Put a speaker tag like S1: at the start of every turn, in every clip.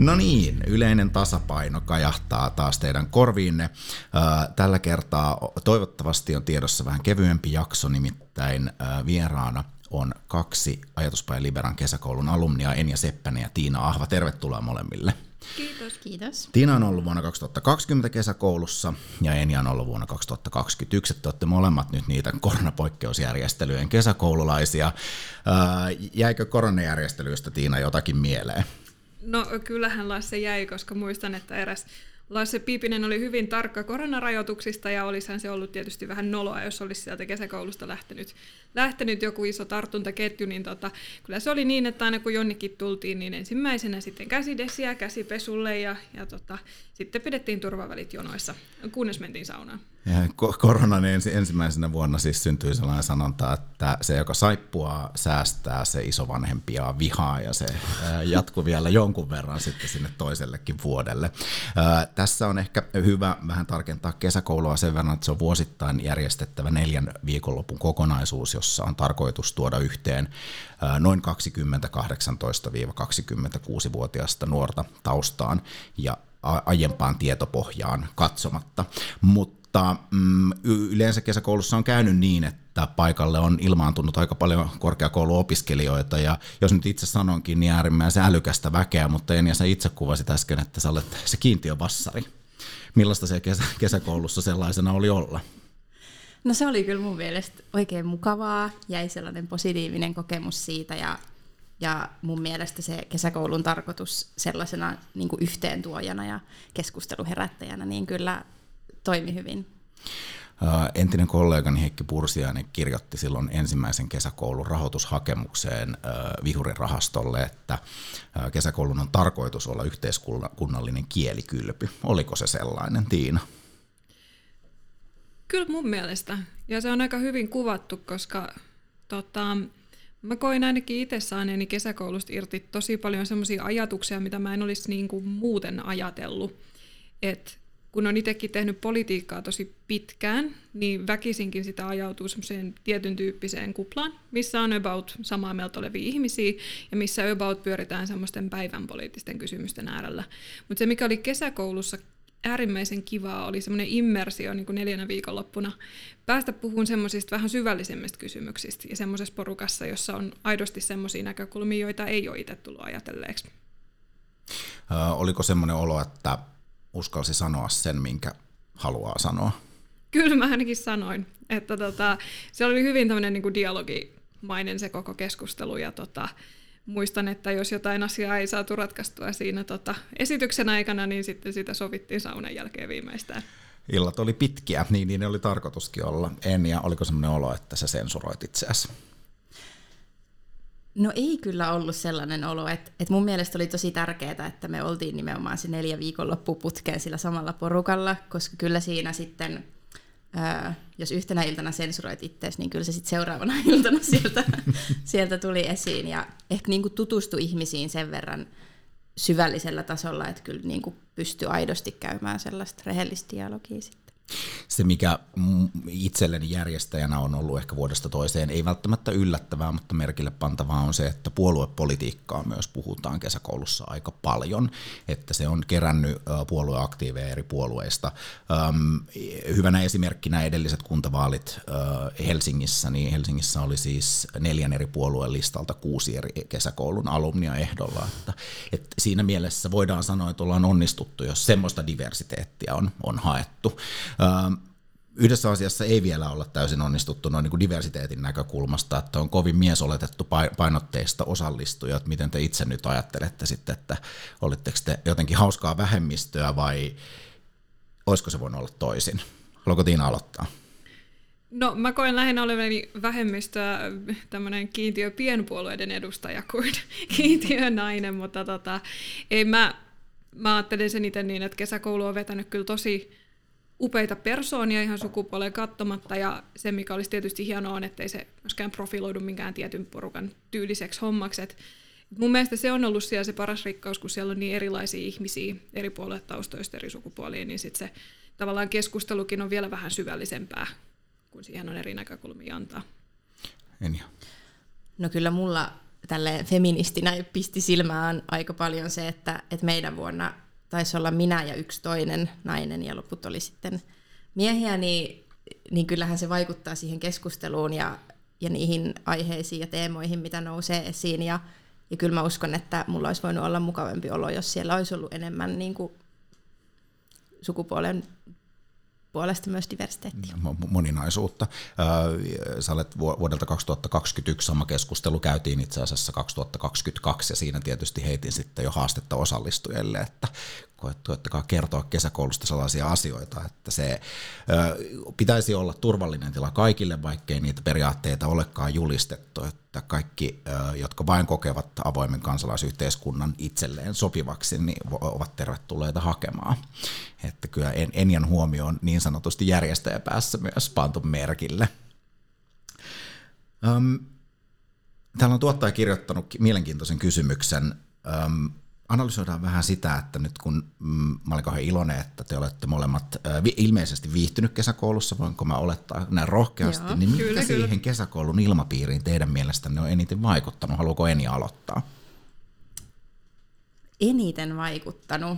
S1: No niin, yleinen tasapaino kajahtaa taas teidän korviinne. Tällä kertaa toivottavasti on tiedossa vähän kevyempi jakso, nimittäin vieraana on 2 Ajatuspaja Liberan kesäkoulun alumnia, Enja Seppänen ja Tiina Ahva. Tervetuloa molemmille.
S2: Kiitos. Kiitos.
S1: Tiina on ollut vuonna 2020 kesäkoulussa ja Enja on ollut vuonna 2021. Te olette molemmat nyt niitä koronapoikkeusjärjestelyjen kesäkoululaisia. Jäikö koronajärjestelyistä, Tiina, jotakin mieleen?
S2: No kyllähän Lasse jäi, koska muistan, että eräs Lasse Piipinen oli hyvin tarkka koronarajoituksista ja olisihan se ollut tietysti vähän noloa, jos olisi sieltä kesäkoulusta lähtenyt joku iso tartuntaketju, niin kyllä se oli niin, että aina kun jonnekin tultiin, niin ensimmäisenä sitten käsidesiä käsipesulle ja sitten pidettiin turvavälit jonoissa, kunnes mentiin saunaan.
S1: Koronan ensimmäisenä vuonna siis syntyi sellainen sanonta, että se, joka saippuaa, säästää, se isovanhempia vihaa, ja se jatkuu vielä jonkun verran sitten sinne toisellekin vuodelle. Tässä on ehkä hyvä vähän tarkentaa kesäkoulua sen verran, että se on vuosittain järjestettävä 4 viikonlopun kokonaisuus, jossa on tarkoitus tuoda yhteen noin 20 18-26-vuotiaista nuorta taustaan ja aiempaan tietopohjaan katsomatta. Mutta yleensä kesäkoulussa on käynyt niin, että paikalle on ilmaantunut aika paljon korkeakouluopiskelijoita, ja jos nyt itse sanonkin, niin äärimmäisen älykästä väkeä, mutta Enja, sä itse kuvasit äsken, että sä olet se kiintiövassari. Millaista se kesäkoulussa sellaisena oli olla?
S3: No se oli kyllä mun mielestä oikein mukavaa, jäi sellainen positiivinen kokemus siitä, ja mun mielestä se kesäkoulun tarkoitus sellaisena niin kuin yhteentuojana ja keskusteluherättäjänä niin kyllä toimi hyvin.
S1: Entinen kollegani Heikki Pursiainen kirjoitti silloin ensimmäisen kesäkoulun rahoitushakemukseen Vihurin rahastolle, että kesäkoulun on tarkoitus olla yhteiskunnallinen kielikylpy. Oliko se sellainen, Tiina?
S2: Kyllä mun mielestä. Ja se on aika hyvin kuvattu, koska mä koin ainakin itse saaneeni kesäkoulusta irti tosi paljon semmoisia ajatuksia, mitä mä en olisi niin kuin muuten ajatellut. Et kun on itsekin tehnyt politiikkaa tosi pitkään, niin väkisinkin sitä ajautuu semmoiseen tietyn tyyppiseen kuplaan, missä on about samaa mieltä olevia ihmisiä ja missä about pyöritään semmoisten päivän poliittisten kysymysten äärellä. Mutta se, mikä oli kesäkoulussa äärimmäisen kivaa, oli semmoinen immersio niin kuin 4 viikonloppuna päästä puhumaan semmoisista vähän syvällisemmistä kysymyksistä ja semmoisessa porukassa, jossa on aidosti semmoisia näkökulmia, joita ei ole itse tullut ajatelleeksi.
S1: Oliko semmoinen olo, että uskalsi sanoa sen, minkä haluaa sanoa?
S2: Kyllä mä ainakin sanoin, että se oli hyvin tämmöinen niin kuin dialogimainen se koko keskustelu ja muistan, että jos jotain asiaa ei saatu ratkaistua siinä esityksen aikana, niin sitten sitä sovittiin saunan jälkeen viimeistään.
S1: Illat oli pitkiä, niin ne oli tarkoituskin olla. Enja, oliko semmoinen olo, että sä sensuroit itseäsi?
S3: No ei kyllä ollut sellainen olo, että mun mielestä oli tosi tärkeää, että me oltiin nimenomaan se 4 viikonloppuputkeen sillä samalla porukalla, koska kyllä siinä sitten, jos yhtenä iltana sensuroit itseäsi, niin kyllä se sitten seuraavana iltana sieltä tuli esiin ja ehkä niin kuin tutustui ihmisiin sen verran syvällisellä tasolla, että kyllä niin kuin pystyi aidosti käymään sellaista rehellistä dialogia sitten.
S1: Se, mikä itselleni järjestäjänä on ollut ehkä vuodesta toiseen, ei välttämättä yllättävää, mutta merkille pantavaa on se, että puoluepolitiikkaa myös puhutaan kesäkoulussa aika paljon, että se on kerännyt puolueaktiiveja eri puolueista. Hyvänä esimerkkinä edelliset kuntavaalit Helsingissä, niin Helsingissä oli siis 4 eri puolueen listalta 6 eri kesäkoulun alumnia ehdolla, että siinä mielessä voidaan sanoa, että ollaan onnistuttu, jos semmoista diversiteettiä on haettu. Yhdessä asiassa ei vielä olla täysin onnistuttu noin niin kuin diversiteetin näkökulmasta, että on kovin miesoletettu painotteista osallistujat. Miten te itse nyt ajattelette sitten, että olitteko te jotenkin hauskaa vähemmistöä vai olisiko se voinut olla toisin? Haluatko Tiina aloittaa?
S2: No mä koen lähinnä olevani vähemmistöä tämmöinen kiintiö pienpuolueiden edustaja kuin kiintiönainen, mutta ei mä ajattelen sen itse niin, että kesäkoulu on vetänyt kyllä tosi upeita persoonia ihan sukupuoleen katsomatta, ja se, mikä olisi tietysti hienoa, on, ettei se myöskään profiloidu minkään tietyn porukan tyyliseksi hommaksi. Et mun mielestä se on ollut siellä se paras rikkaus, kun siellä on niin erilaisia ihmisiä, eri puoluetaustoista, eri sukupuolia, niin sitten se tavallaan keskustelukin on vielä vähän syvällisempää, kun siihen on eri näkökulmia antaa.
S1: Enja.
S3: No kyllä mulla tälleen feministinä pisti silmään aika paljon se, että meidän vuonna taisi olla minä ja yksi toinen nainen ja loput oli sitten miehiä, niin kyllähän se vaikuttaa siihen keskusteluun ja niihin aiheisiin ja teemoihin, mitä nousee esiin. Ja kyllä mä uskon, että mulla olisi voinut olla mukavampi olo, jos siellä olisi ollut enemmän niin kuin sukupuolen puolesta myös diversiteettiä.
S1: Moninaisuutta. Sä olet vuodelta 2021, sama keskustelu käytiin itse asiassa 2022, ja siinä tietysti heitin sitten jo haastetta osallistujille, että koettakaa kertoa kesäkoulusta sellaisia asioita, että se pitäisi olla turvallinen tila kaikille, vaikkei niitä periaatteita olekaan julistettu, että kaikki, jotka vain kokevat avoimen kansalaisyhteiskunnan itselleen sopivaksi, niin ovat tervetulleita hakemaan. Että kyllä Enjan huomio on niin sanotusti järjestäjäpäässä myös pantu merkille. Täällä on tuottaja kirjoittanut mielenkiintoisen kysymyksen. Analysoidaan vähän sitä, että nyt kun mä olen kauhean iloinen, että te olette molemmat ilmeisesti viihtynyt kesäkoulussa, voinko mä olettaa näin rohkeasti,
S2: Joo,
S1: niin mitkä
S2: kyllä.
S1: siihen kesäkoulun ilmapiiriin teidän mielestänne on eniten vaikuttanut? Haluaako Eni aloittaa?
S3: Eniten vaikuttanut?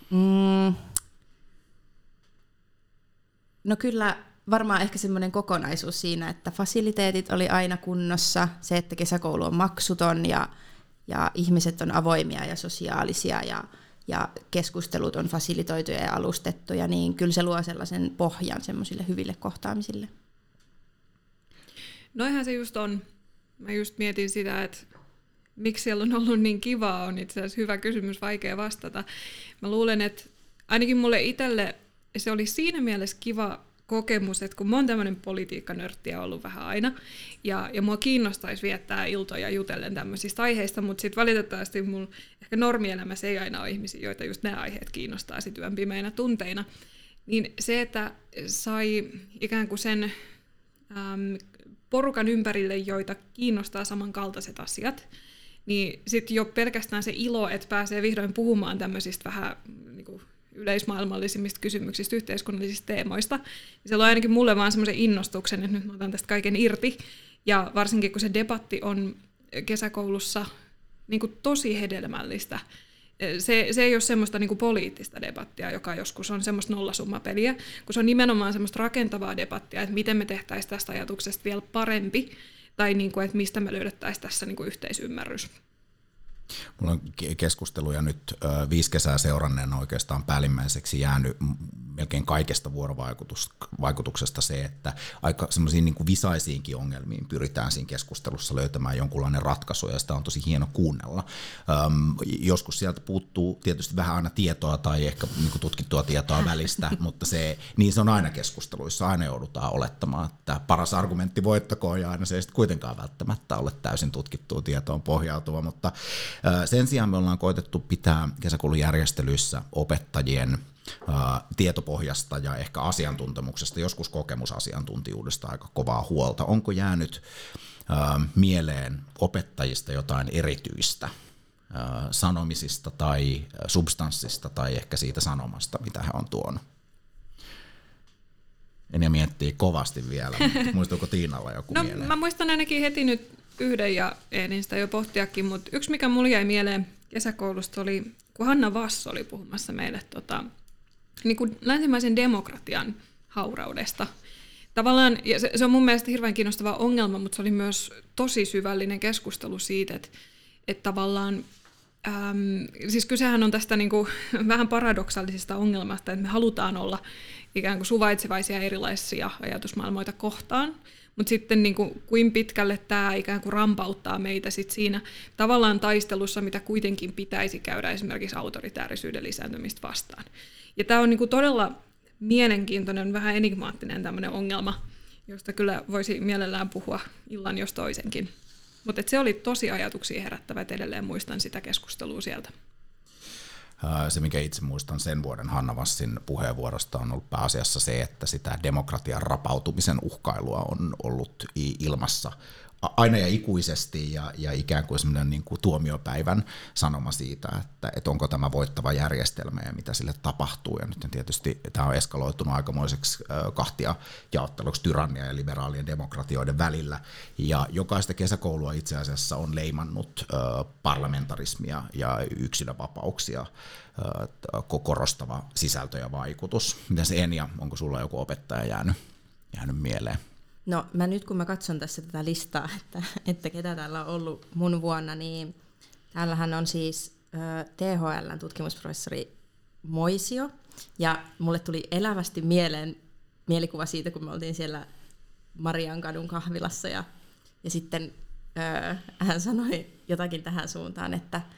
S3: No kyllä varmaan ehkä semmoinen kokonaisuus siinä, että fasiliteetit oli aina kunnossa, se, että kesäkoulu on maksuton ja ihmiset on avoimia ja sosiaalisia ja keskustelut on fasilitoituja ja alustettuja, niin kyllä se luo sellaisen pohjan semmoisille hyville kohtaamisille.
S2: Noihän se just on. Mä just mietin sitä, että miksi siellä on ollut niin kivaa, on itse asiassa hyvä kysymys, vaikea vastata. Mä luulen, että ainakin mulle itselle se oli siinä mielessä kiva kokemus, että kun mä oon tämmöinen politiikkanörttiä ollut vähän aina, ja mua kiinnostaisi viettää iltoja jutellen tämmöisistä aiheista, mutta sitten valitettavasti mun ehkä normielämässä ei aina ole ihmisiä, joita just nämä aiheet kiinnostaa sit yön pimeinä tunteina, niin se, että sai ikään kuin sen porukan ympärille, joita kiinnostaa samankaltaiset asiat, niin sitten jo pelkästään se ilo, että pääsee vihdoin puhumaan tämmöisistä vähän niin kuin yleismaailmallisimmista kysymyksistä, yhteiskunnallisista teemoista. Se on ainakin mulle vaan semmoisen innostuksen, että nyt mä otan tästä kaiken irti. Ja varsinkin kun se debatti on kesäkoulussa niin kuin tosi hedelmällistä. Se ei ole semmoista niin kuin poliittista debattia, joka joskus on semmoista nollasummapeliä, kun se on nimenomaan semmoista rakentavaa debattia, että miten me tehtäisiin tästä ajatuksesta vielä parempi, tai niin kuin, että mistä me löydettäisiin tässä niin kuin yhteisymmärrys.
S1: Mulla on keskusteluja nyt 5 kesää seuranneena oikeastaan päällimmäiseksi jäänyt melkein kaikesta vuorovaikutuksesta se, että aika semmoisiin niin kuin visaisiinkin ongelmiin pyritään siinä keskustelussa löytämään jonkunlainen ratkaisu, ja sitä on tosi hieno kuunnella. Joskus sieltä puuttuu tietysti vähän aina tietoa tai ehkä niin kuin tutkittua tietoa välistä, mutta se on aina keskusteluissa, aina joudutaan olettamaan, että paras argumentti voittakoon, ja aina se ei sitten kuitenkaan välttämättä ole täysin tutkittua tietoon pohjautuva, mutta sen sijaan me ollaan koetettu pitää kesäkoulun järjestelyissä opettajien tietopohjasta ja ehkä asiantuntemuksesta, joskus kokemusasiantuntijuudesta aika kovaa huolta. Onko jäänyt mieleen opettajista jotain erityistä sanomisista tai substanssista tai ehkä siitä sanomasta, mitä he on tuonut? En miettii kovasti vielä, mutta muistuuko Tiinalla joku mieleen?
S2: Mä muistan ainakin heti nyt yhden ja ehdin sitä jo pohtiakin, mutta yksi mikä mulle jäi mieleen kesäkoulusta oli, kun Hanna Vass oli puhumassa meille niin kuin länsimaisen demokratian hauraudesta. Tavallaan, ja se on mun mielestä hirveän kiinnostava ongelma, mutta se oli myös tosi syvällinen keskustelu siitä, että tavallaan, siis kysehän on tästä niin kuin vähän paradoksaalisesta ongelmasta, että me halutaan olla ikään kuin suvaitsevaisia erilaisia ajatusmaailmoita kohtaan, mutta sitten niin kuin pitkälle tämä ikään kuin rampauttaa meitä sit siinä tavallaan taistelussa, mitä kuitenkin pitäisi käydä esimerkiksi autoritäärisyyden lisääntymistä vastaan. Ja tämä on niin kuin todella mielenkiintoinen, vähän enigmaattinen tämmöinen ongelma, josta kyllä voisi mielellään puhua illan jos toisenkin. Mutta se oli tosi ajatuksia herättävä, että edelleen muistan sitä keskustelua sieltä.
S1: Se, mikä itse muistan sen vuoden Hanna Vassin puheenvuorosta, on ollut pääasiassa se, että sitä demokratian rapautumisen uhkailua on ollut ilmassa aina ja ikuisesti ja ikään kuin semmoinen niin kuin tuomiopäivän sanoma siitä, että onko tämä voittava järjestelmä ja mitä sille tapahtuu. Ja nyt tietysti tämä on eskaloitunut aikamoiseksi kahtia jaotteluksi tyrannia ja liberaalien demokratioiden välillä. Ja jokaista kesäkoulua itse asiassa on leimannut parlamentarismia ja yksilönvapauksia korostava sisältö ja vaikutus. Miten se Enja, onko sulla joku opettaja jäänyt mieleen?
S3: No mä nyt kun mä katson tässä tätä listaa, että ketä täällä on ollut mun vuonna, niin täällähän on siis THL:n tutkimusprofessori Moisio, ja mulle tuli elävästi mielikuva siitä, kun me oltiin siellä Mariankadun kahvilassa, ja sitten hän sanoi jotakin tähän suuntaan,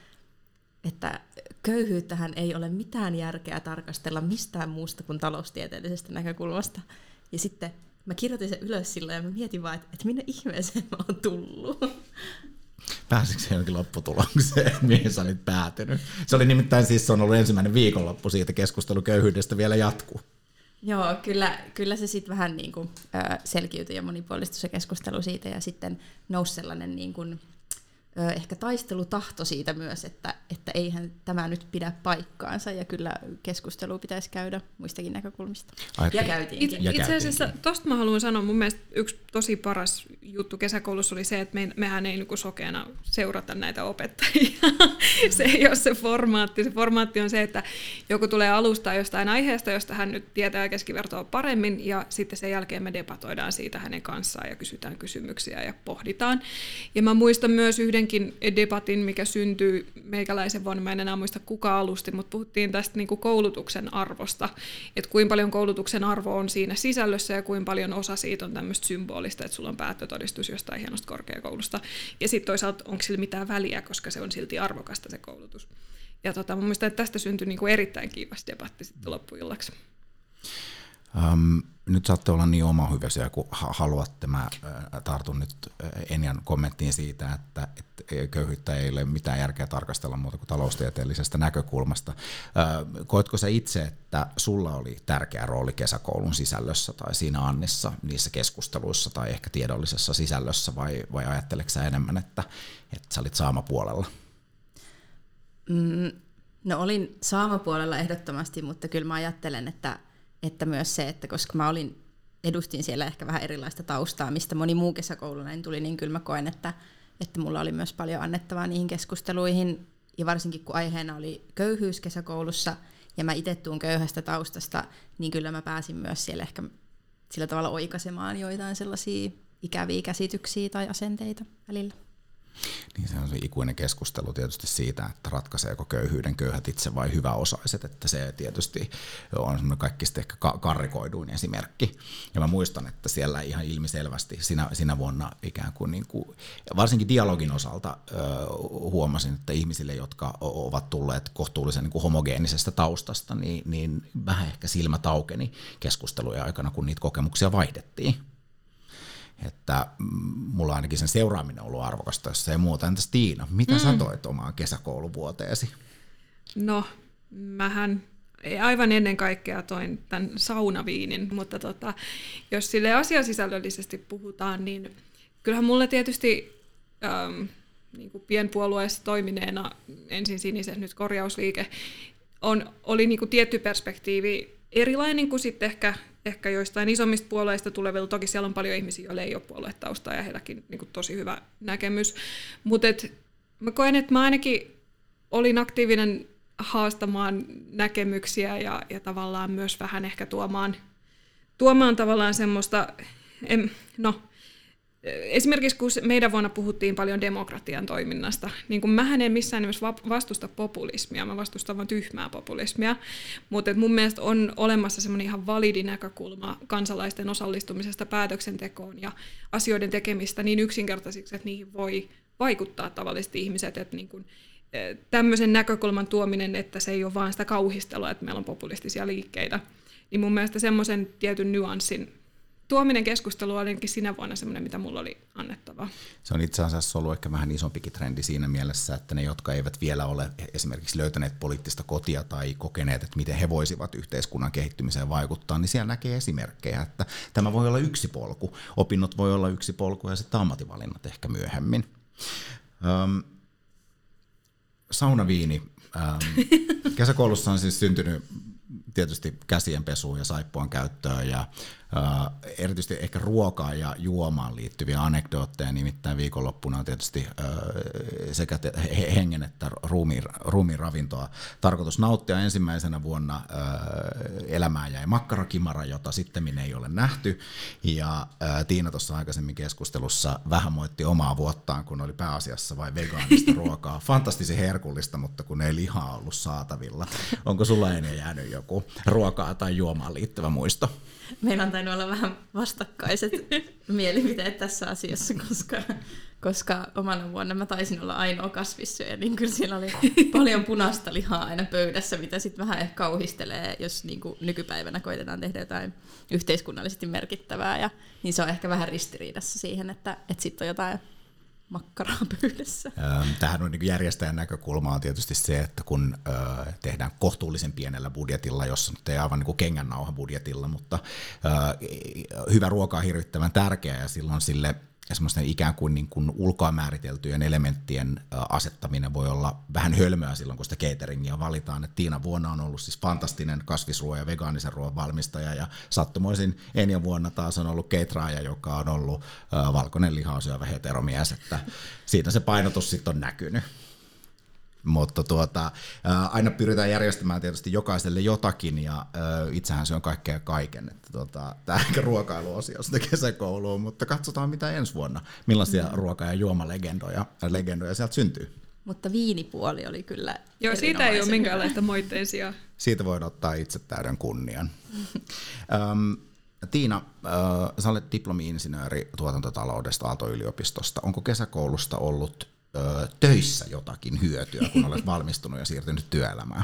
S3: että köyhyyttähän ei ole mitään järkeä tarkastella mistään muusta kuin taloustieteellisestä näkökulmasta. Ja sitten mä kirjoitin sen ylös silloin ja mä mietin vaan, että minne ihmeeseen mä oon tullut.
S1: Pääsitkö se jonkin lopputulokseen, mihin sä olit päätynyt? Se oli nimittäin siis, se on ollut ensimmäinen viikonloppu siitä, keskustelu köyhyydestä vielä jatkuu.
S3: Joo, kyllä se sitten vähän niin kuin selkiytyi ja monipuolistui se keskustelu siitä, ja sitten nousi sellainen niin kuin ehkä taistelutahto siitä myös, että eihän tämä nyt pidä paikkaansa, ja kyllä keskustelua pitäisi käydä muistakin näkökulmista. Ja käytiinkin.
S2: Itse asiassa tosta mä haluan sanoa, mun mielestä yksi tosi paras juttu kesäkoulussa oli se, että mehän ei niin sokeana seurata näitä opettajia. Se ei ole se formaatti. Se formaatti on se, että joku tulee alustaa jostain aiheesta, josta hän nyt tietää keskivertoa paremmin, ja sitten sen jälkeen me debatoidaan siitä hänen kanssaan ja kysytään kysymyksiä ja pohditaan. Ja mä muistan myös yhdenkin debatin, mikä syntyi meikäläisen vuonna, mä en enää muista kuka alusti, mutta puhuttiin tästä niin kuin koulutuksen arvosta, että kuinka paljon koulutuksen arvo on siinä sisällössä ja kuinka paljon osa siitä on tämmöistä symbolista, että sulla on päättötodistus jostain hienosta korkeakoulusta, ja sitten toisaalta onko sillä mitään väliä, koska se on silti arvokasta se koulutus. Ja mä muistan, että tästä syntyi niin kuin erittäin kiivas debatti sitten loppuillaksi.
S1: Nyt saatte olla niin omahyväisiä, kun haluatte. Mä tartun nyt Enjan kommenttiin siitä, että köyhyyttä ei ole mitään järkeä tarkastella muuta kuin taloustieteellisestä näkökulmasta. Koetko sä itse, että sulla oli tärkeä rooli kesäkoulun sisällössä tai siinä Annissa, niissä keskusteluissa tai ehkä tiedollisessa sisällössä, vai ajatteleksä sä enemmän, että sä olit saamapuolella?
S3: No olin saamapuolella ehdottomasti, mutta kyllä mä ajattelen, että myös se, että koska mä edustin siellä ehkä vähän erilaista taustaa, mistä moni muu kesäkoululainen tuli, niin kyllä mä koen, että mulla oli myös paljon annettavaa niihin keskusteluihin, ja varsinkin kun aiheena oli köyhyys kesäkoulussa, ja mä itse tuun köyhästä taustasta, niin kyllä mä pääsin myös siellä ehkä sillä tavalla oikaisemaan joitain sellaisia ikäviä käsityksiä tai asenteita välillä.
S1: Niin se on se ikuinen keskustelu tietysti siitä, että ratkaiseeko köyhyyden köyhät itse vai hyväosaiset, että se tietysti on semmoinen kaikista ehkä karrikoiduin esimerkki. Ja mä muistan, että siellä ihan ilmiselvästi sinä vuonna ikään kuin, varsinkin dialogin osalta huomasin, että ihmisille, jotka ovat tulleet kohtuullisen niin kuin homogeenisesta taustasta, niin vähän ehkä silmät aukeni keskustelujen aikana, kun niitä kokemuksia vaihdettiin. Että mulla ainakin sen seuraaminen on ollut arvokasta, jos ei muuta. Entäs Tiina, mitä sä toit omaan kesäkouluvuoteesi?
S2: No, mähän aivan ennen kaikkea toin tämän saunaviinin, mutta jos sille asiasisällöllisesti puhutaan, niin kyllähän mulle tietysti niin kuin pienpuolueessa toimineena, ensin Sinisen, nyt Korjausliike, oli niin kuin tietty perspektiivi erilainen kuin sitten ehkä joistain isommista puolueista tulevilla. Toki siellä on paljon ihmisiä, joilla ei ole puoluetaustaa ja heilläkin niin kuin tosi hyvä näkemys. Mutta mä koen, että mä ainakin olin aktiivinen haastamaan näkemyksiä ja tavallaan myös vähän ehkä tuomaan tavallaan semmoista, esimerkiksi kun meidän vuonna puhuttiin paljon demokratian toiminnasta, niin kun mähän en missään nimessä vastusta populismia, mä vastustan vaan tyhmää populismia, mutta mun mielestä on olemassa semmoinen ihan validi näkökulma kansalaisten osallistumisesta päätöksentekoon ja asioiden tekemistä niin yksinkertaisiksi, että niihin voi vaikuttaa tavalliset ihmiset, että niin kun, tämmöisen näkökulman tuominen, että se ei ole vaan sitä kauhistelua, että meillä on populistisia liikkeitä, niin mun mielestä semmoisen tietyn nyanssin tuominen keskustelu oli ainakin sinä vuonna semmoinen, mitä mulla oli annettavaa.
S1: Se on itse asiassa ollut ehkä vähän isompikin trendi siinä mielessä, että ne, jotka eivät vielä ole esimerkiksi löytäneet poliittista kotia tai kokeneet, että miten he voisivat yhteiskunnan kehittymiseen vaikuttaa, niin siellä näkee esimerkkejä, että tämä voi olla yksi polku. Opinnot voi olla yksi polku ja sitten ammatinvalinnat ehkä myöhemmin. Saunaviini. Kesäkoulussa on siis syntynyt tietysti käsienpesuun ja saippuan käyttöön ja erityisesti ehkä ruokaan ja juomaan liittyviä anekdootteja, nimittäin viikonloppuna on tietysti sekä hengen että ruumiin ravintoa tarkoitus nauttia. Ensimmäisenä vuonna elämään jäi makkarakimara, jota sittemmin ei ole nähty, ja Tiina tuossa aikaisemmin keskustelussa vähän moitti omaa vuottaan, kun oli pääasiassa vain vegaanista ruokaa. Fantastisen herkullista, mutta kun ei lihaa ollut saatavilla. Onko sulla enää jäänyt joku ruokaa tai juomaan liittyvä muisto?
S3: Meillä on tainnut olla vähän vastakkaiset mielipiteet tässä asiassa, koska omana vuonna mä taisin olla ainoa kasvissyöjä, niin kyllä siellä oli paljon punaista lihaa aina pöydässä, mitä sitten vähän ehkä kauhistelee, jos niin kuin nykypäivänä koitetaan tehdä jotain yhteiskunnallisesti merkittävää, niin se on ehkä vähän ristiriidassa siihen, että sitten on jotain makkaraa pöydässä.
S1: Tähän on niin järjestäjän näkökulma on tietysti se, että kun tehdään kohtuullisen pienellä budjetilla, jossa nyt ei aivan niin kengännauha budjetilla, mutta hyvä ruoka on hirvittävän tärkeä ja silloin sille semmoisten ikään kuin, ulkoa määriteltyjen elementtien asettaminen voi olla vähän hölmöä silloin, kun sitä cateringia valitaan. Et Tiina vuonna on ollut siis fantastinen kasvisruoan ja vegaanisen ruoan valmistaja ja sattumoisin Enja vuonna taas on ollut cateraaja, joka on ollut valkoinen lihaa syövä heteromies, että siitä se painotus sitten on näkynyt. Mutta aina pyritään järjestämään tietysti jokaiselle jotakin ja itsehän se on kaikkea kaiken. Että tämä ehkä ruokailuosiosta kesäkouluun, mutta katsotaan mitä ensi vuonna, millaisia ruoka- ja juomalegendoja sieltä syntyy.
S3: Mutta viinipuoli oli kyllä
S2: Joo, siitä ei ole minkäänlaista moitteen sijaa.
S1: Siitä voin ottaa itse täyden kunnian. Tiina, sä olet diplomi-insinööri tuotantotaloudesta Aalto-yliopistosta. Onko kesäkoulusta ollut töissä jotakin hyötyä, kun olet valmistunut ja siirtynyt työelämään?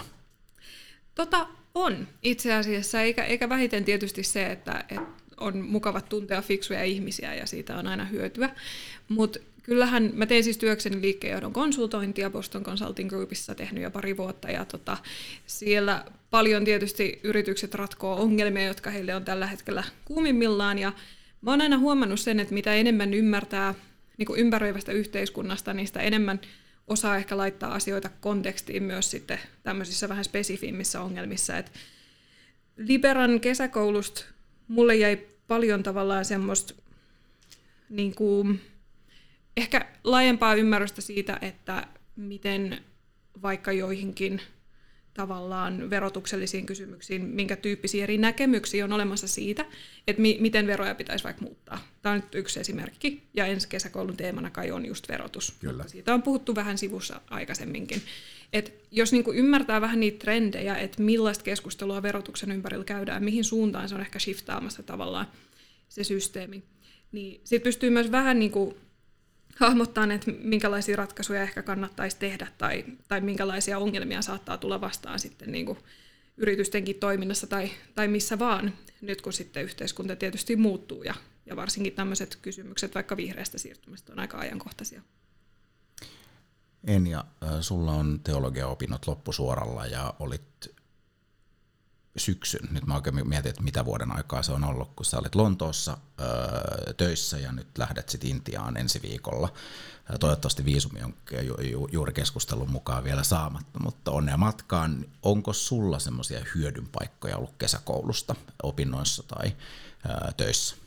S2: On itse asiassa, eikä vähiten tietysti se, että on mukava tuntea fiksuja ihmisiä ja siitä on aina hyötyä. Mutta kyllähän mä tein siis työkseni liikkeenjohdon konsultointia Boston Consulting Groupissa tehnyt jo pari vuotta ja siellä paljon tietysti yritykset ratkoo ongelmia, jotka heille on tällä hetkellä kuumimmillaan ja mä oon aina huomannut sen, että mitä enemmän ymmärtää niin kuin ympäröivästä yhteiskunnasta, niin sitä enemmän osaa ehkä laittaa asioita kontekstiin myös sitten tämmöisissä vähän spesifimmissä ongelmissa. Et Liberan kesäkoulusta mulle jäi paljon tavallaan semmoista niin kuin, ehkä laajempaa ymmärrystä siitä, että miten vaikka joihinkin tavallaan verotuksellisiin kysymyksiin, minkä tyyppisiä eri näkemyksiä on olemassa siitä, että miten veroja pitäisi vaikka muuttaa. Tämä on nyt yksi esimerkki, ja ensi kesäkoulun teemana kai on just verotus.
S1: Kyllä.
S2: Siitä on puhuttu vähän sivussa aikaisemminkin. Et jos niinku ymmärtää vähän niitä trendejä, että millaista keskustelua verotuksen ympärillä käydään, mihin suuntaan se on ehkä shiftaamassa tavallaan se systeemi, niin sitten pystyy myös vähän niinku hahmottaa, että minkälaisia ratkaisuja ehkä kannattaisi tehdä tai minkälaisia ongelmia saattaa tulla vastaan sitten niin kuin yritystenkin toiminnassa tai missä vaan, nyt kun sitten yhteiskunta tietysti muuttuu ja varsinkin tämmöiset kysymykset vaikka vihreästä siirtymästä on aika ajankohtaisia.
S1: Enja, sulla on teologiaopinnot loppusuoralla ja olit syksyn, nyt mä oikein mietin, että mitä vuoden aikaa se on ollut, kun sä olit Lontoossa töissä ja nyt lähdet sitten Intiaan ensi viikolla. Toivottavasti viisumi on juuri keskustelun mukaan vielä saamatta, mutta onnea matkaan. Onko sulla semmoisia hyödyn paikkoja ollut kesäkoulusta opinnoissa tai töissä?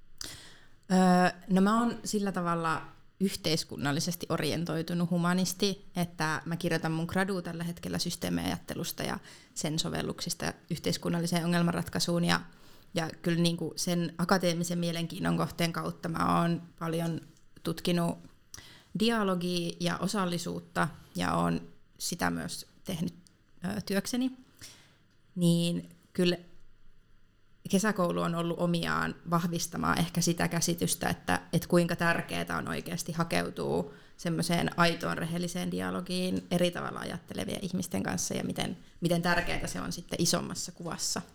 S3: No mä oon sillä tavalla yhteiskunnallisesti orientoitunut humanisti, että mä kirjoitan mun gradua tällä hetkellä systeemiajattelusta ja sen sovelluksista yhteiskunnalliseen ongelmanratkaisuun ja kyllä niin kuin sen akateemisen mielenkiinnon kohteen kautta mä oon paljon tutkinut dialogia ja osallisuutta ja oon sitä myös tehnyt työkseni, niin kyllä kesäkoulu on ollut omiaan vahvistamaan ehkä sitä käsitystä, että kuinka tärkeää on oikeasti hakeutua semmoiseen aitoon rehelliseen dialogiin eri tavalla ajattelevien ihmisten kanssa ja miten tärkeää se on sitten isommassa kuvassa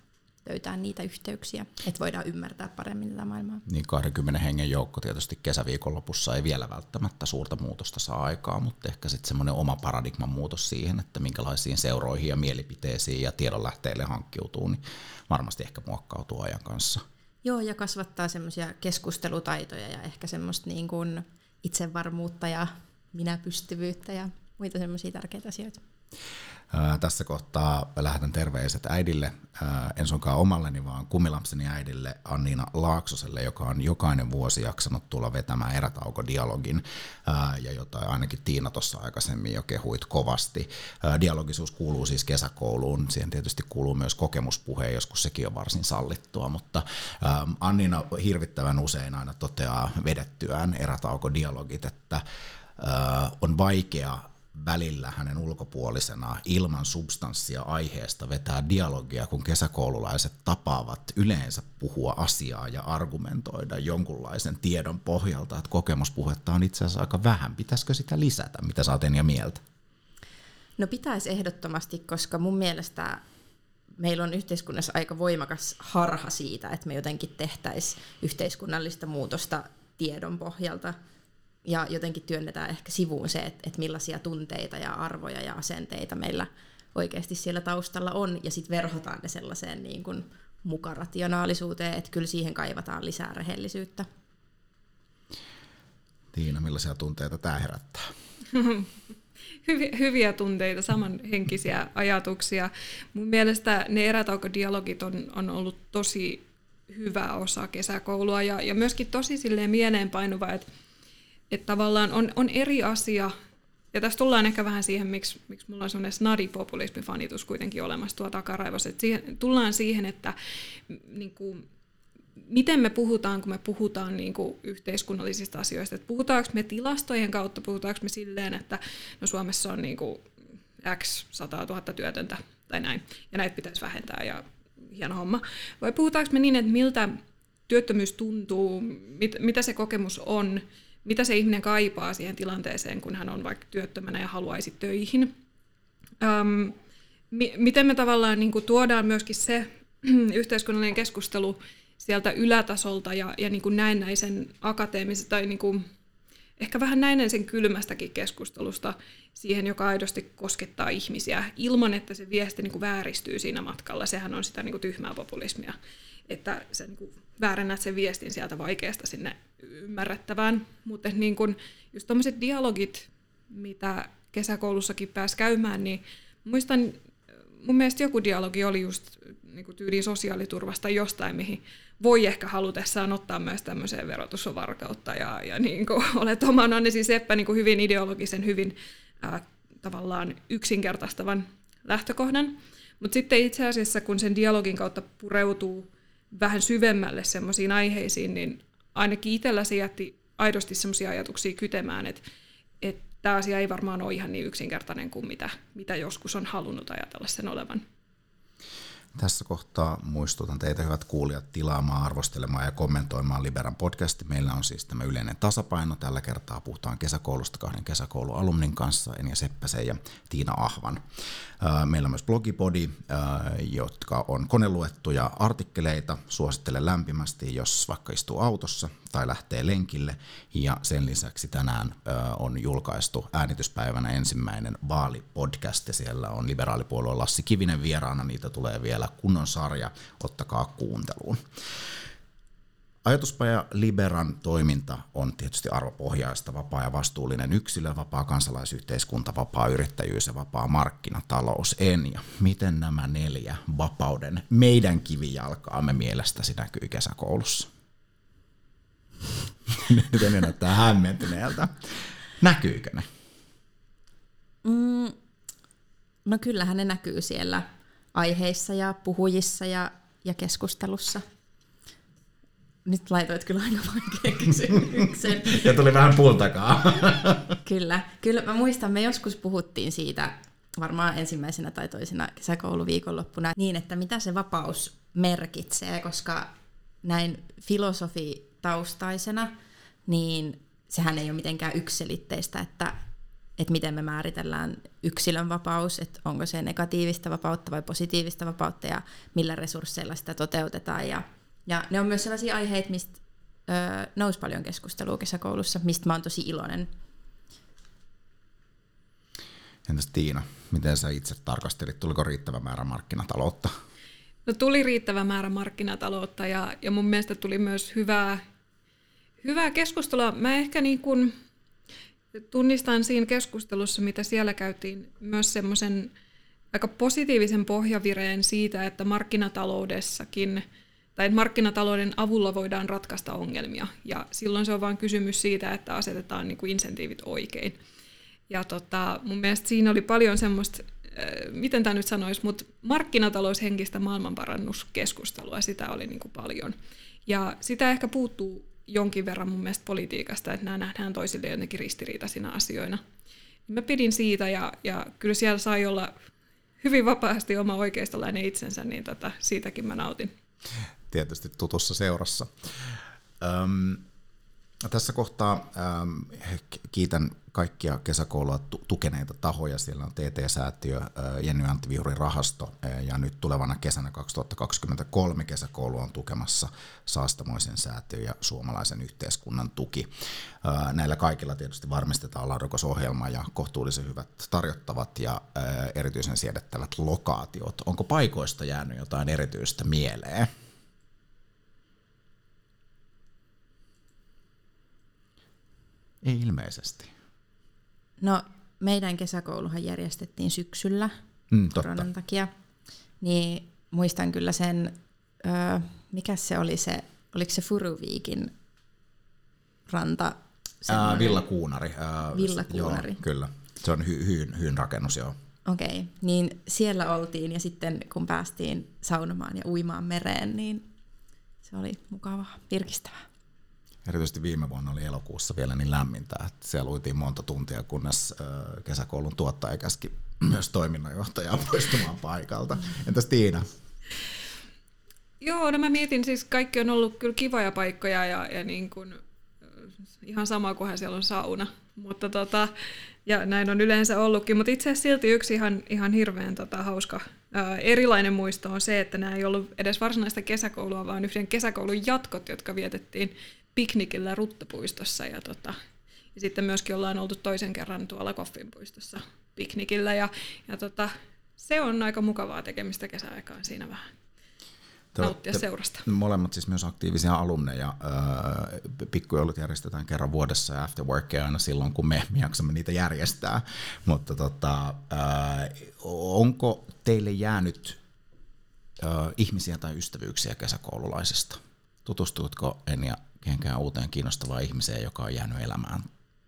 S3: löytää niitä yhteyksiä, että voidaan ymmärtää paremmin tätä maailmaa.
S1: Niin 20 hengen joukko tietysti kesäviikonlopussa ei vielä välttämättä suurta muutosta saa aikaa, mutta ehkä sitten semmoinen oma paradigman muutos siihen, että minkälaisiin seuroihin ja mielipiteisiin ja tiedonlähteille hankkiutuu, niin varmasti ehkä muokkautuu ajan kanssa.
S3: Joo, ja kasvattaa semmoisia keskustelutaitoja ja ehkä semmoista niin kuin itsevarmuutta ja minäpystyvyyttä ja muita semmoisia tärkeitä asioita.
S1: Tässä kohtaa lähetän terveiset äidille, en suinkaan omalleni, vaan kummilapseni äidille Anniina Laaksoselle, joka on jokainen vuosi jaksanut tulla vetämään erätaukodialogin, ja jota ainakin Tiina tuossa aikaisemmin jo kehuit kovasti. Dialogisuus kuuluu siis kesäkouluun, siihen tietysti kuuluu myös kokemuspuhe, joskus sekin on varsin sallittua, mutta Anniina hirvittävän usein aina toteaa vedettyään erätaukodialogit, että on vaikea välillä hänen ulkopuolisena ilman substanssia aiheesta vetää dialogia, kun kesäkoululaiset tapaavat yleensä puhua asiaa ja argumentoida jonkunlaisen tiedon pohjalta, että kokemuspuhetta on itse asiassa aika vähän. Pitäisikö sitä lisätä? Mitä sä oot Enja mieltä?
S3: No pitäisi ehdottomasti, koska mun mielestä meillä on yhteiskunnassa aika voimakas harha siitä, että me jotenkin tehtäisiin yhteiskunnallista muutosta tiedon pohjalta. Ja jotenkin työnnetään ehkä sivuun se, että millaisia tunteita ja arvoja ja asenteita meillä oikeasti siellä taustalla on, ja sitten verhotaan ne sellaiseen niin kuin mukarationaalisuuteen, että kyllä siihen kaivataan lisää rehellisyyttä.
S1: Tiina, millaisia tunteita tämä herättää?
S2: Hyviä tunteita, samanhenkisiä ajatuksia. Mun mielestä ne erätaukodialogit on ollut tosi hyvä osa kesäkoulua ja myöskin tosi silleen mieleenpainuva, että tavallaan on eri asia, ja tässä tullaan ehkä vähän siihen, miksi mulla on sellainen snadipopulismifanitus kuitenkin olemassa tuo takaraivossa, että tullaan siihen, että niin kuin, miten me puhutaan, kun me puhutaan niin kuin yhteiskunnallisista asioista, että puhutaanko me tilastojen kautta, puhutaanko me silleen, että no Suomessa on niin kuin X 100 000 työtöntä tai näin, ja näitä pitäisi vähentää, ja hieno homma, vai puhutaanko me niin, että miltä työttömyys tuntuu, mitä se kokemus on, mitä se ihminen kaipaa siihen tilanteeseen, kun hän on vaikka työttömänä ja haluaisi töihin. Miten me tavallaan niin kuin tuodaan myöskin se yhteiskunnallinen keskustelu sieltä ylätasolta ja niin kuin näennäisen akateemisesta tai niin kuin ehkä vähän näennäisen kylmästäkin keskustelusta siihen, joka aidosti koskettaa ihmisiä, ilman että se viesti niin kuin vääristyy siinä matkalla. Sehän on sitä niin kuin tyhmää populismia, että sä niin kuin väärennät sen viestin sieltä vaikeasta sinne ymmärrettävään. Mutta niin kuin just tommoset dialogit, mitä kesäkoulussakin pääsi käymään, niin muistan, mun mielestä joku dialogi oli just niin kuin tyyliin sosiaaliturvasta jostain, mihin voi ehkä halutessaan ottaa myös tämmöiseen verotusvarkautta ja niin kuin olet oman Annesi Seppä niin kuin hyvin ideologisen, hyvin tavallaan yksinkertaistavan lähtökohdan. Mutta sitten itse asiassa, kun sen dialogin kautta pureutuu vähän syvemmälle semmoisiin aiheisiin, niin ainakin itsellä se jätti aidosti semmoisia ajatuksia kytemään, että tämä asia ei varmaan ole ihan niin yksinkertainen kuin mitä joskus on halunnut ajatella sen olevan.
S1: Tässä kohtaa muistutan teitä, hyvät kuulijat, tilaamaan, arvostelemaan ja kommentoimaan Liberan podcasti. Meillä on siis tämä yleinen tasapaino. Tällä kertaa puhutaan kesäkoulusta 2 kesäkoulualumnin kanssa, Enja Seppäsen ja Tiina Ahvan. Meillä on myös blogipodi, jotka on koneluettuja artikkeleita. Suosittelen lämpimästi, jos vaikka istuu autossa tai lähtee lenkille. Ja sen lisäksi tänään on julkaistu äänityspäivänä ensimmäinen vaalipodcast, ja siellä on liberaalipuolueen Lassi Kivinen vieraana. Niitä tulee vielä kunnon sarja, ottakaa kuunteluun. Ajatuspaja Liberan toiminta on tietysti arvopohjaista, vapaa ja vastuullinen yksilö, vapaa kansalaisyhteiskunta, vapaa yrittäjyys ja vapaa markkinatalous. Enja, miten nämä 4 vapauden meidän kivijalkaamme mielestäsi näkyy kesäkoulussa? Nyt Enja näyttää hämmentyneeltä. Näkyykö ne?
S3: No kyllähän ne näkyy siellä aiheissa ja puhujissa ja keskustelussa. Nyt laitoit kyllä aika vaikean kysymyksen.
S1: Ja tuli vähän puun takaa.
S3: Kyllä mä muistan, me joskus puhuttiin siitä varmaan ensimmäisenä tai toisena kesäkouluviikonloppuna niin, että mitä se vapaus merkitsee, koska näin filosofitaustaisena, niin sehän ei ole mitenkään yksiselitteistä, että että miten me määritellään yksilön vapaus, että onko se negatiivista vapautta vai positiivista vapautta ja millä resursseilla sitä toteutetaan. Ja ne on myös sellaisia aiheita, mistä nousi paljon keskustelua kesäkoulussa, mistä mä oon tosi iloinen.
S1: Entäs Tiina, miten sä itse tarkastelit, tuliko riittävä määrä markkinataloutta?
S2: No tuli riittävä määrä markkinataloutta ja mun mielestä tuli myös hyvää keskustelua. Mä ehkä niin kuin tunnistan siinä keskustelussa, mitä siellä käytiin, myös semmoisen aika positiivisen pohjavireen siitä, että markkinataloudessakin tai markkinatalouden avulla voidaan ratkaista ongelmia. Ja silloin se on vain kysymys siitä, että asetetaan niin kuin insentiivit oikein. Ja mun mielestä siinä oli paljon semmoista, miten tämä nyt sanoisi, mutta markkinataloushenkistä maailmanparannuskeskustelua, sitä oli niin kuin paljon. Ja sitä ehkä puuttuu jonkin verran mun mielestä politiikasta, että nämä nähdään toisille jotenkin ristiriitaisina asioina. Mä pidin siitä ja kyllä siellä sai olla hyvin vapaasti oma oikeistolainen itsensä, niin siitäkin mä nautin.
S1: Tietysti tutussa seurassa. Tässä kohtaa kiitän kaikkia kesäkoulua tukeneita tahoja. Siellä on TT-säätiö, Jenny Antti-Vihurin rahasto ja nyt tulevana kesänä 2023 kesäkoulu on tukemassa Saastamoisen säätiö ja Suomalaisen yhteiskunnan tuki. Näillä kaikilla tietysti varmistetaan laadukas ohjelma ja kohtuullisen hyvät tarjottavat ja erityisen siedettävät lokaatiot. Onko paikoista jäänyt jotain erityistä mieleen? Ei ilmeisesti.
S3: No, meidän kesäkouluhan järjestettiin syksyllä koronan takia, niin muistan kyllä sen, mikä se oli se, oliko se Furuviikin ranta?
S1: Villakuunari.
S3: Villakuunari.
S1: Joo, kyllä, se on hyyn rakennus, joo.
S3: Okei, niin siellä oltiin ja sitten kun päästiin saunomaan ja uimaan mereen, niin se oli mukavaa, virkistävää.
S1: Erityisesti viime vuonna oli elokuussa vielä niin lämmintä, että siellä uitiin monta tuntia, kunnes kesäkoulun tuottaja käski myös toiminnanjohtajaa poistumaan paikalta. Entäs Tiina?
S2: Joo, no mä mietin, siis kaikki on ollut kyllä kivoja paikkoja ja niin kuin, ihan sama kunhan siellä on sauna, mutta ja näin on yleensä ollutkin, mutta itse asiassa silti yksi ihan hirveän hauska erilainen muisto on se, että nämä ei ollut edes varsinaista kesäkoulua, vaan yhden kesäkoulun jatkot, jotka vietettiin piknikillä Ruttopuistossa ja sitten myöskin ollaan oltu toisen kerran tuolla Koffinpuistossa piknikillä ja se on aika mukavaa tekemistä kesäaikaan siinä vähän. Nauttia seurasta.
S1: Molemmat siis myös aktiivisia alumneja. Pikkujoulut järjestetään kerran vuodessa ja afterworkia aina silloin, kun me jaksamme niitä järjestää. Mutta onko teille jäänyt ihmisiä tai ystävyyksiä kesäkoululaisista? Tutustuitko Enja kehenkään uuteen kiinnostavaan ihmiseen, joka on jäänyt elämään?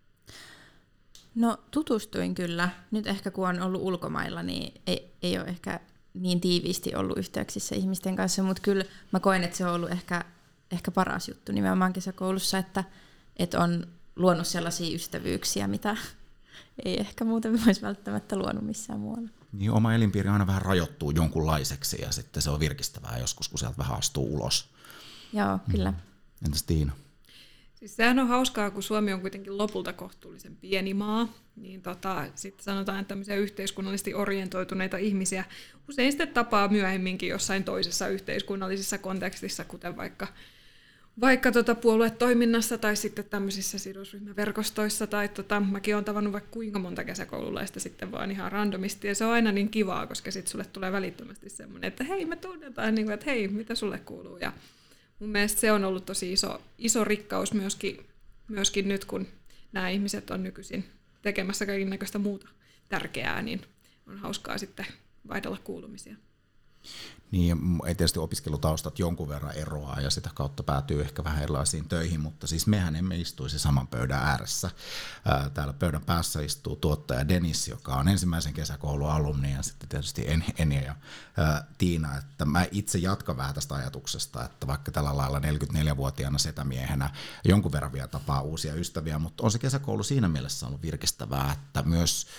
S3: No tutustuin kyllä. Nyt ehkä kun on ollut ulkomailla, niin ei ole ehkä niin tiiviisti ollut yhteyksissä ihmisten kanssa, mutta kyllä mä koen, että se on ollut ehkä paras juttu nimenomaan kesäkoulussa, että on luonut sellaisia ystävyyksiä, mitä ei ehkä muuten olisi välttämättä luonut missään muualla.
S1: Niin, oma elinpiiri aina vähän rajoittuu jonkunlaiseksi ja sitten se on virkistävää joskus, kun sieltä vähän astuu ulos.
S3: Joo, kyllä.
S1: Entäs Tiina?
S2: Siis sehän on hauskaa, kun Suomi on kuitenkin lopulta kohtuullisen pieni maa, niin sitten sanotaan, että tämmöisiä yhteiskunnallisesti orientoituneita ihmisiä usein sitten tapaa myöhemminkin jossain toisessa yhteiskunnallisessa kontekstissa, kuten vaikka puoluetoiminnassa tai sitten tämmöisissä sidosryhmäverkostoissa, tai mäkin olen tavannut vaikka kuinka monta kesäkoululaista sitten vaan ihan randomisti, ja se on aina niin kivaa, koska sitten sulle tulee välittömästi semmoinen, että hei, me tunnetaan, niin kuin, että hei, mitä sulle kuuluu, ja mun mielestä se on ollut tosi iso rikkaus myöskin nyt, kun nämä ihmiset on nykyisin tekemässä kaikennäköistä muuta tärkeää, niin on hauskaa sitten vaihdella kuulumisia.
S1: Niin, ei tietysti opiskelutaustat jonkun verran eroaa ja sitä kautta päätyy ehkä vähän erilaisiin töihin, mutta siis mehän emme istuisi saman pöydän ääressä. Täällä pöydän päässä istuu tuottaja Dennis, joka on ensimmäisen kesäkoulun alumni ja sitten tietysti Enja ja Tiina. Että mä itse jatkan vähän tästä ajatuksesta, että vaikka tällä lailla 44-vuotiaana setämiehenä jonkun verran vielä tapaa uusia ystäviä, mutta on se kesäkoulu siinä mielessä ollut virkistävää, että myös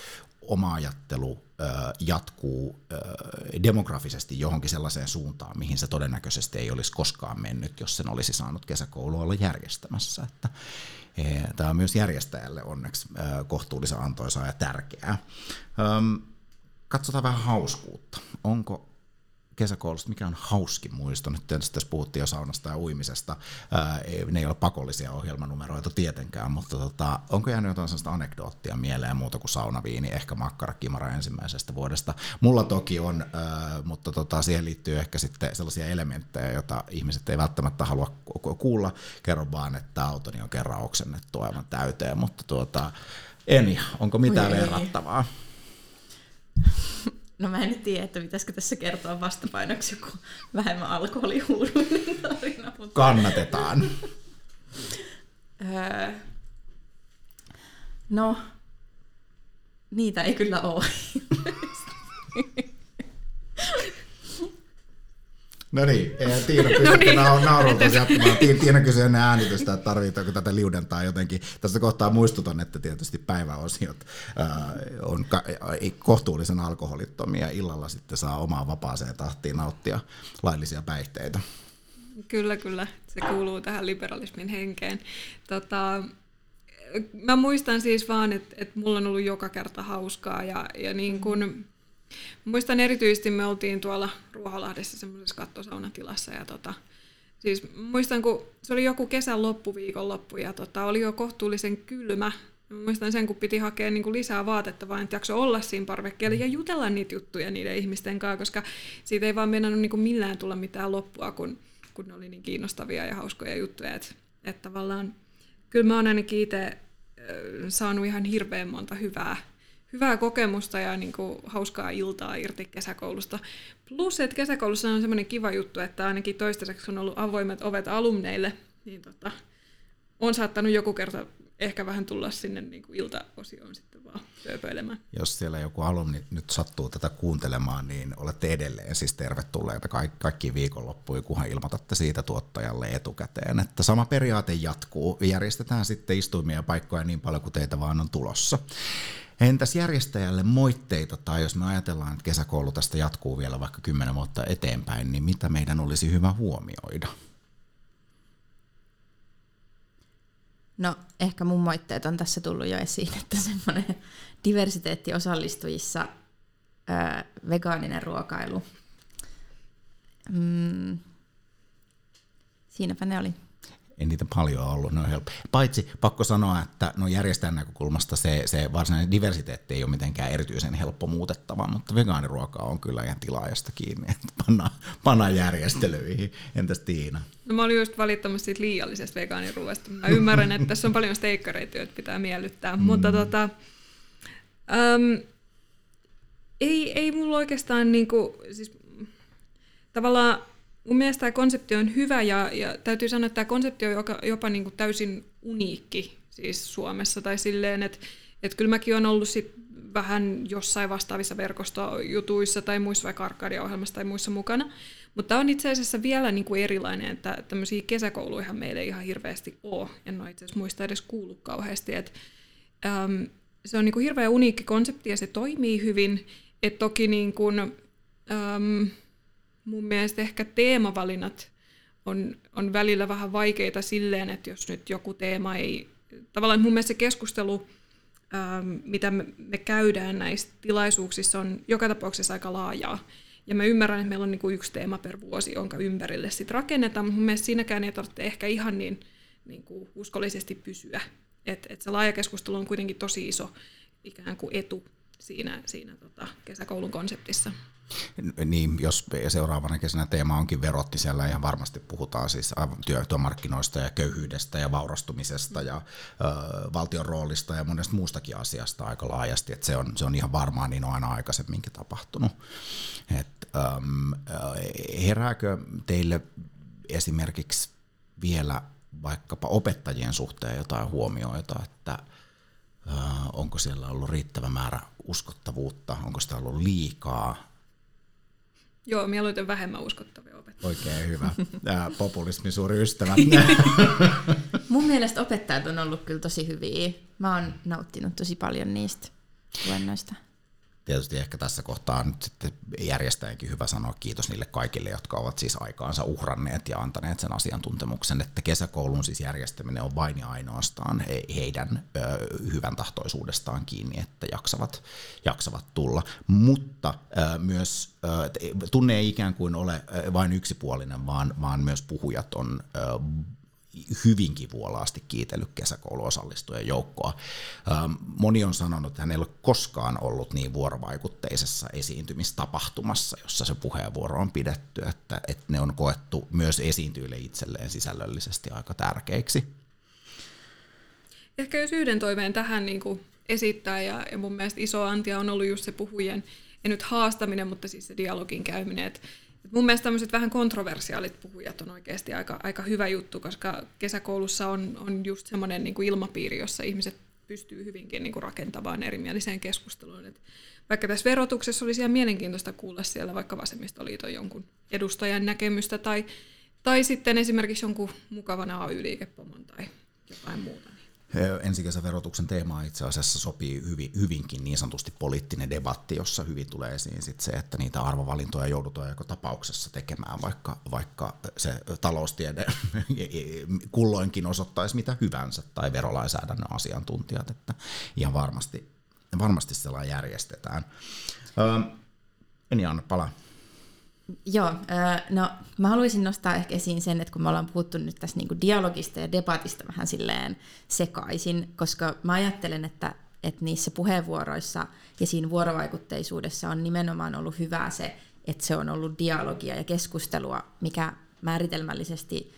S1: oma ajattelu jatkuu demografisesti johonkin sellaiseen suuntaan, mihin se todennäköisesti ei olisi koskaan mennyt, jos sen olisi saanut kesäkoulua olla järjestämässä. Että tämä on myös järjestäjälle onneksi kohtuullisen antoisaa ja tärkeää. Katsotaan vähän hauskuutta. Onko kesäkoulusta, mikä on hauskin muisto? Nyt tietysti tässä puhuttiin jo saunasta ja uimisesta. Ne ei ole pakollisia ohjelmanumeroita tietenkään, mutta onko jäänyt jotain sellaista anekdoottia mieleen muuta kuin saunaviini, ehkä makkarakimara ensimmäisestä vuodesta? Mulla toki on, mutta siihen liittyy ehkä sitten sellaisia elementtejä, joita ihmiset ei välttämättä halua kuulla. Kerron vaan, että autoni on kerran oksennettu aivan täyteen, mutta Eni, onko mitään verrattavaa?
S3: No mä en nyt tiedä, että pitäisikö tässä kertoa vastapainoksi joku vähemmän alkoholihuuruinen tarina. Mutta
S1: kannatetaan.
S3: No, niitä ei kyllä ole.
S1: No niin, Tiina pystytte naurulta jatkamaan. Tiina kysyi ennen äänitystä, että tarvitaanko tätä liudentaa jotenkin. Tässä kohtaa muistutan, että tietysti päiväosiot on kohtuullisen alkoholittomia. Illalla sitten saa omaan vapaaseen tahtiin nauttia laillisia päihteitä.
S2: Kyllä. Se kuuluu tähän liberalismin henkeen. Mä muistan siis vaan, että mulla on ollut joka kerta hauskaa ja niin kuin muistan erityisesti, me oltiin tuolla Ruoholahdessa semmoisessa kattosaunatilassa ja siis muistan, kun se oli joku kesän viikonloppu ja oli jo kohtuullisen kylmä. Mä muistan sen, kun piti hakea niin kuin lisää vaatetta, vaan että jakso olla siinä parvekkeella ja jutella niitä juttuja niiden ihmisten kanssa, koska siitä ei vaan mennä niin kuin millään tulla mitään loppua, kun ne oli niin kiinnostavia ja hauskoja juttuja. Että tavallaan kyllä mä oon ainakin itse saanut ihan hirveän monta hyvää kokemusta ja niin kuin hauskaa iltaa irti kesäkoulusta. Plus, että kesäkoulussa on semmoinen kiva juttu, että ainakin toistaiseksi on ollut avoimet ovet alumneille, niin on saattanut joku kerta ehkä vähän tulla sinne niin kuin iltaosioon sitten vaan tööpöilemään.
S1: Jos siellä joku alumni nyt sattuu tätä kuuntelemaan, niin olette edelleen siis tervetulleita kaikkiin viikonloppuihin, kunhan ilmoitatte siitä tuottajalle etukäteen. Että sama periaate jatkuu. Järjestetään sitten istuimia ja paikkoja niin paljon kuin teitä vaan on tulossa. Entäs järjestäjälle moitteita, tai jos me ajatellaan, että kesäkoulu tästä jatkuu vielä vaikka 10 vuotta eteenpäin, niin mitä meidän olisi hyvä huomioida?
S3: No ehkä mun moitteet on tässä tullut jo esiin, että semmoinen diversiteetti osallistujissa, vegaaninen ruokailu. Siinäpä ne oli.
S1: Ei niitä paljon ollut, ne on helppo. Paitsi pakko sanoa, että järjestäjän näkökulmasta se varsinainen diversiteetti ei ole mitenkään erityisen helppo muutettava, mutta vegaaniruoka on kyllä ihan tilaajasta kiinni, että pannaan järjestelyihin. Entäs Tiina?
S2: No mä olin just valittamassa siitä liiallisesta vegaaniruoasta. Mä ymmärrän, että tässä on paljon steikkareita, joita pitää miellyttää, mutta ei mulla oikeastaan niinku, siis tavallaan mun mielestä tämä konsepti on hyvä ja täytyy sanoa, että tämä konsepti on jopa niin kuin täysin uniikki siis Suomessa. Tai silleen, että kyllä mäkin olen ollut sit vähän jossain vastaavissa verkostojutuissa tai muissa vaikka Arkadia-ohjelmassa tai muissa mukana. Mutta tämä on itse asiassa vielä niin kuin erilainen, että tämmöisiä kesäkouluihan meillä ei ihan hirveästi ole. En ole itse asiassa muista edes kuullut kauheasti. Se on niin kuin hirveän uniikki konsepti ja se toimii hyvin. Et toki niin kuin, mun mielestä ehkä teemavalinnat on välillä vähän vaikeita silleen, että jos nyt joku teema ei... Tavallaan mun mielestä se keskustelu, mitä me käydään näissä tilaisuuksissa, on joka tapauksessa aika laajaa. Ja mä ymmärrän, että meillä on niinku yksi teema per vuosi, jonka ympärille sit rakennetaan, mutta mun mielestä siinäkään ei tarvitse ehkä ihan niin kuin uskollisesti pysyä. Et se laaja keskustelu on kuitenkin tosi iso ikään kuin etu siinä kesäkoulun konseptissa.
S1: Niin, jos seuraavana kesänä teema onkin verot, niin siellä ihan varmasti puhutaan siis työmarkkinoista ja köyhyydestä ja vaurastumisesta ja valtion roolista ja monesta muustakin asiasta aika laajasti, että se on ihan varmaan niin on aina aikaisemminkin tapahtunut. Herääkö teille esimerkiksi vielä vaikkapa opettajien suhteen jotain huomioita, että onko siellä ollut riittävä määrä uskottavuutta, onko sitä ollut liikaa?
S2: Joo, mieluiten vähemmän uskottavia opettajia.
S1: Oikein hyvä. Populismin suuri ystävä.
S3: Mun mielestä opettajat on ollut kyllä tosi hyviä. Mä oon nauttinut tosi paljon niistä luennoista.
S1: tietysti ehkä tässä kohtaa on nyt sitten järjestäjänkin hyvä sanoa kiitos niille kaikille, jotka ovat siis aikaansa uhranneet ja antaneet sen asiantuntemuksen, että kesäkoulun siis järjestäminen on vain ja ainoastaan heidän hyvän tahtoisuudestaan kiinni, että jaksavat tulla. Mutta myös tunne ei ikään kuin ole vain yksipuolinen, vaan myös puhujat on hyvinkin vuolaasti kiitellyt kesäkouluosallistujien joukkoa. Moni on sanonut, että hän ei ole koskaan ollut niin vuorovaikutteisessa esiintymistapahtumassa, jossa se puheenvuoro on pidetty, että ne on koettu myös esiintyjille itselleen sisällöllisesti aika tärkeiksi.
S2: Ehkä jos yhden toiveen tähän niin kuin esittää, ja mun mielestä iso antia on ollut just se puhujien, ei nyt haastaminen, mutta siis se dialogin käyminen, että mun mielestä tämmöiset vähän kontroversiaalit puhujat on oikeasti aika hyvä juttu, koska kesäkoulussa on just semmoinen niin kuin ilmapiiri, jossa ihmiset pystyy hyvinkin niin kuin rakentavaan erimieliseen keskusteluun. Et vaikka tässä verotuksessa olisi ihan mielenkiintoista kuulla siellä vaikka Vasemmistoliiton jonkun edustajan näkemystä tai sitten esimerkiksi jonkun mukavan AY-liikepomon tai jotain muuta.
S1: Ensi kesäverotuksen teemaa itse asiassa sopii hyvinkin niin sanotusti poliittinen debatti, jossa hyvin tulee esiin sit se, että niitä arvovalintoja joudutaan joko tapauksessa tekemään, vaikka se taloustiede kulloinkin osoittaisi mitä hyvänsä tai verolainsäädännön asiantuntijat, että ihan varmasti sellainen järjestetään. Anna palaa.
S3: Joo, no mä haluaisin nostaa ehkä esiin sen, että kun me ollaan puhuttu nyt tässä niinku dialogista ja debatista vähän silleen sekaisin, koska mä ajattelen, että niissä puheenvuoroissa ja siinä vuorovaikutteisuudessa on nimenomaan ollut hyvää se, että se on ollut dialogia ja keskustelua, mikä määritelmällisesti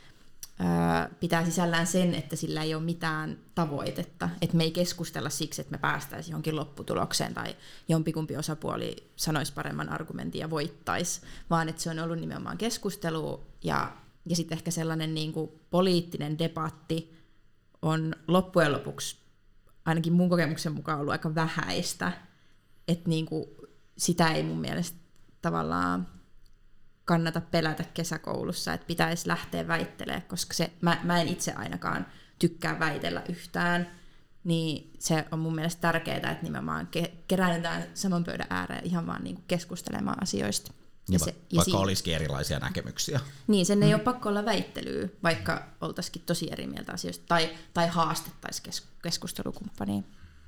S3: pitää sisällään sen, että sillä ei ole mitään tavoitetta, että me ei keskustella siksi, että me päästäisiin johonkin lopputulokseen tai jompikumpi osapuoli sanoisi paremman argumentin ja voittaisi, vaan että se on ollut nimenomaan keskustelu ja sitten ehkä sellainen niin kuin poliittinen debatti on loppujen lopuksi ainakin mun kokemuksen mukaan ollut aika vähäistä, että niin kuin sitä ei mun mielestä tavallaan kannata pelätä kesäkoulussa, että pitäisi lähteä väittelemään, koska mä en itse ainakaan tykkää väitellä yhtään, niin se on mun mielestä tärkeää, että nimenomaan keräännytään saman pöydän ääreen ihan vaan niinku keskustelemaan asioista.
S1: Vaikka olisikin erilaisia näkemyksiä.
S3: Niin, sen ei ole pakko olla väittelyä, vaikka oltaisikin tosi eri mieltä asioista, tai haastettaisiin keskustelukumppaniin.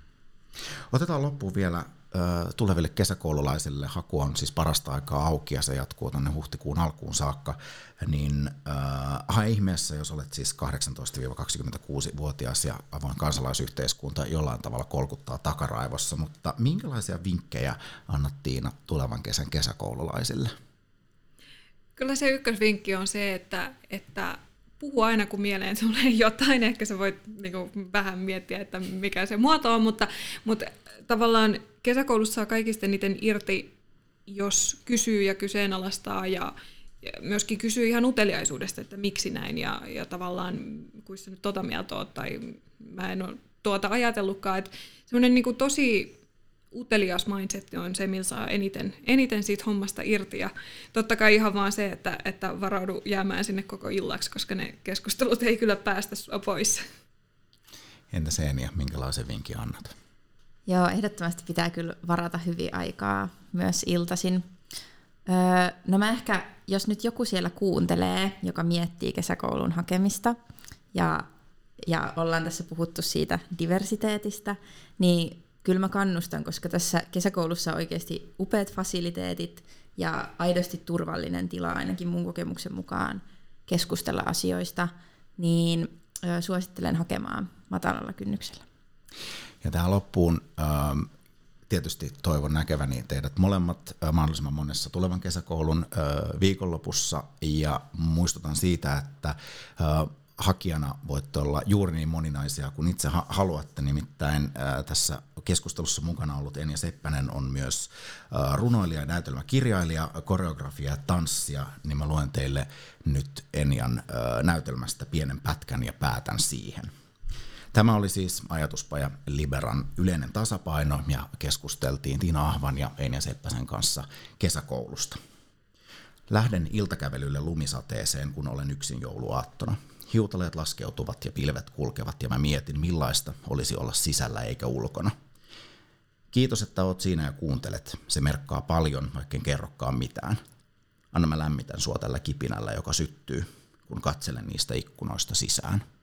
S1: Otetaan loppuun vielä tuleville kesäkoululaisille. Haku on siis parasta aikaa auki ja se jatkuu tuonne huhtikuun alkuun saakka. Niin hae ihmeessä, jos olet siis 18-26-vuotias ja avoin kansalaisyhteiskunta jollain tavalla kolkuttaa takaraivossa, mutta minkälaisia vinkkejä annat Tiina tulevan kesän kesäkoululaisille?
S2: Kyllä se ykkösvinkki on se, että puhu aina kun mieleen tulee jotain, ehkä sä voit niinku vähän miettiä, että mikä se muoto on, mutta tavallaan kesäkoulussa saa kaikista eniten irti, jos kysyy ja kyseenalaistaa ja myöskin kysyy ihan uteliaisuudesta, että miksi näin ja tavallaan, kun sä nyt mieltä oot, tai mä en ole ajatellutkaan, että semmoinen niinku tosi utelias mindset on se, millä saa eniten siitä hommasta irti. Ja totta kai ihan vaan se, että varaudu jäämään sinne koko illaksi, koska ne keskustelut ei kyllä päästä sua pois.
S1: Entä Seenia, minkälaisen vinkin annat?
S3: Joo, ehdottomasti pitää kyllä varata hyvin aikaa myös iltaisin. No mä ehkä, jos nyt joku siellä kuuntelee, joka miettii kesäkoulun hakemista, ja ollaan tässä puhuttu siitä diversiteetistä, niin kyllä mä kannustan, koska tässä kesäkoulussa on oikeasti upeat fasiliteetit ja aidosti turvallinen tila, ainakin mun kokemuksen mukaan, keskustella asioista, niin suosittelen hakemaan matalalla kynnyksellä.
S1: Ja tähän loppuun tietysti toivon näkeväni teidät molemmat mahdollisimman monessa tulevan kesäkoulun viikonlopussa, ja muistutan siitä, että hakijana voitte olla juuri niin moninaisia kuin itse haluatte, nimittäin tässä keskustelussa mukana ollut Enja Seppänen on myös runoilija, näytelmäkirjailija, koreografia ja tanssia, niin mä luen teille nyt Enjan näytelmästä pienen pätkän ja päätän siihen. Tämä oli siis Ajatuspaja Liberan yleinen tasapaino ja keskusteltiin Tiina Ahvan ja Enja Seppäsen kanssa kesäkoulusta. Lähden iltakävelylle lumisateeseen, kun olen yksin jouluaattona. Hiutaleet laskeutuvat ja pilvet kulkevat ja mä mietin, millaista olisi olla sisällä eikä ulkona. Kiitos, että oot siinä ja kuuntelet. Se merkkaa paljon, vaikka en kerrokaan mitään. Anna mä lämmitän sua tällä kipinällä, joka syttyy, kun katselen niistä ikkunoista sisään.